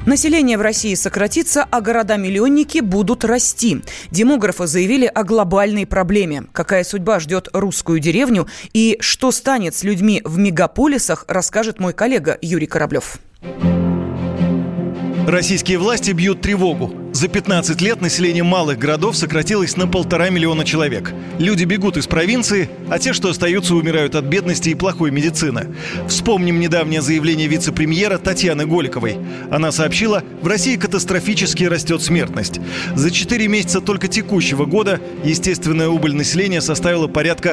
Население в России сократится, а города-миллионники будут расти. Демографы заявили о глобальной проблеме. Какая судьба ждет русскую деревню и что станет с людьми в мегаполисах, расскажет мой коллега Юрий Кораблев. Российские власти бьют тревогу. За 15 лет население малых городов сократилось на 1,5 миллиона человек. Люди бегут из провинции, а те, что остаются, умирают от бедности и плохой медицины. Вспомним недавнее заявление вице-премьера Татьяны Голиковой. Она сообщила, в России катастрофически растет смертность. За 4 месяца только текущего года естественная убыль населения составила порядка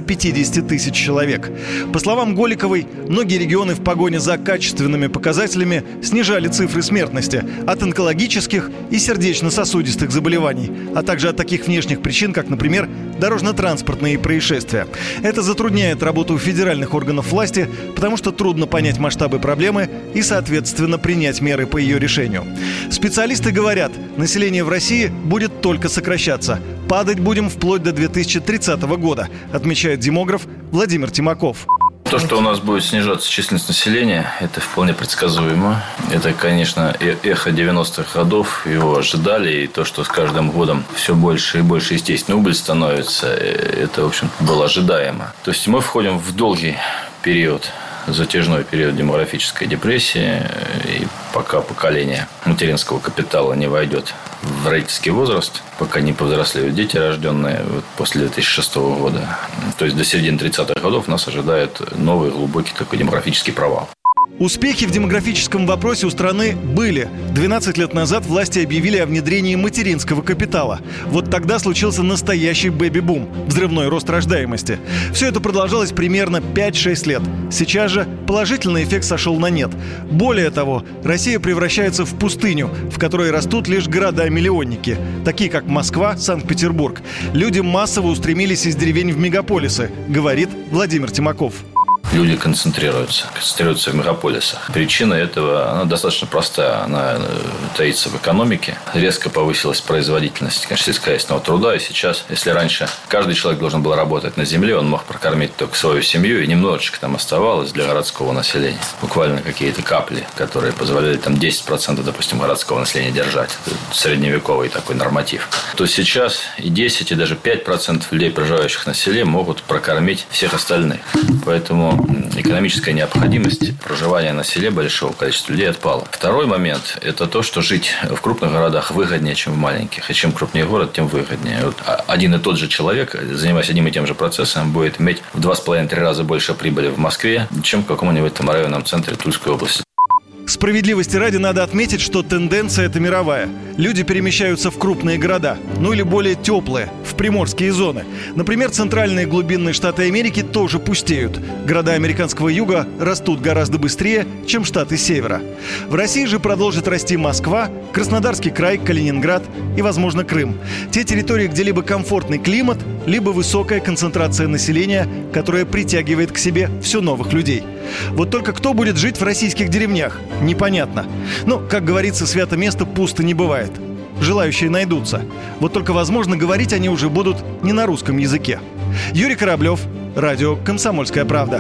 150 тысяч человек. По словам Голиковой, многие регионы в погоне за качественными показателями снижали цифры смертности от онкологических и сердечно-сосудистых заболеваний, а также от таких внешних причин, как, например, дорожно-транспортные происшествия. Это затрудняет работу федеральных органов власти, потому что трудно понять масштабы проблемы и, соответственно, принять меры по ее решению. Специалисты говорят, население в России будет только сокращаться. Падать будем вплоть до 2030 года, отмечает демограф Владимир Тимаков. То, что у нас будет снижаться численность населения, это вполне предсказуемо. Это, конечно, эхо 90-х годов, его ожидали. И то, что с каждым годом все больше и больше естественной убыль становится, это, в общем-то, было ожидаемо. То есть мы входим в долгий период, затяжной период демографической депрессии. И пока поколение материнского капитала не войдет в родительский возраст, пока не повзрослеют дети, рожденные после 2006 года, то есть до середины 30-х годов нас ожидает новый глубокий такой демографический провал. Успехи в демографическом вопросе у страны были. 12 лет назад власти объявили о внедрении материнского капитала. Вот тогда случился настоящий бэби-бум, взрывной рост рождаемости. Все это продолжалось примерно 5-6 лет. Сейчас же положительный эффект сошел на нет. Более того, Россия превращается в пустыню, в которой растут лишь города-миллионники, такие как Москва, Санкт-Петербург. Люди массово устремились из деревень в мегаполисы, говорит Владимир Тимаков. Люди концентрируются в мегаполисах. Причина этого, она достаточно простая. Она таится в экономике. Резко повысилась производительность, конечно, сельскохозяйственного труда. И сейчас, если раньше каждый человек должен был работать на земле, он мог прокормить только свою семью, и немножечко там оставалось для городского населения. Буквально какие-то капли, которые позволяли там 10%, допустим, городского населения держать. Это средневековый такой норматив. То сейчас и 10, и даже 5% людей, проживающих на селе, могут прокормить всех остальных. Поэтому экономическая необходимость проживания на селе большого количества людей отпала. Второй момент – это то, что жить в крупных городах выгоднее, чем в маленьких. И чем крупнее город, тем выгоднее. Вот один и тот же человек, занимаясь одним и тем же процессом, будет иметь в 2,5-3 раза больше прибыли в Москве, чем в каком-нибудь там районном центре Тульской области. Справедливости ради надо отметить, что тенденция эта мировая. Люди перемещаются в крупные города, ну или более теплые, в приморские зоны. Например, центральные глубинные штаты Америки тоже пустеют. Города американского юга растут гораздо быстрее, чем штаты севера. В России же продолжит расти Москва, Краснодарский край, Калининград и, возможно, Крым. Те территории, где либо комфортный климат, либо высокая концентрация населения, которая притягивает к себе все новых людей. Вот только кто будет жить в российских деревнях? Непонятно. Но, как говорится, свято место пусто не бывает. Желающие найдутся. Вот только, возможно, говорить они уже будут не на русском языке. Юрий Кораблев, радио «Комсомольская правда».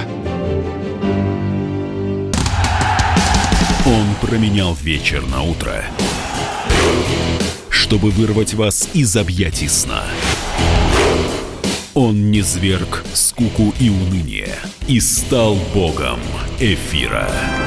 Он променял вечер на утро, чтобы вырвать вас из объятий сна. Он низвергг скуку и уныние и стал богом эфира.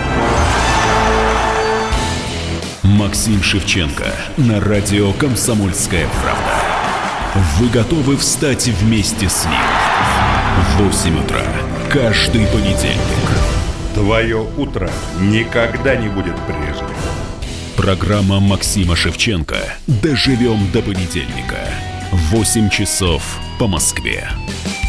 Максим Шевченко на радио «Комсомольская правда». Вы готовы встать вместе с ним? В 8 утра каждый понедельник. Твое утро никогда не будет прежним. Программа Максима Шевченко «Доживем до понедельника». 8 часов по Москве.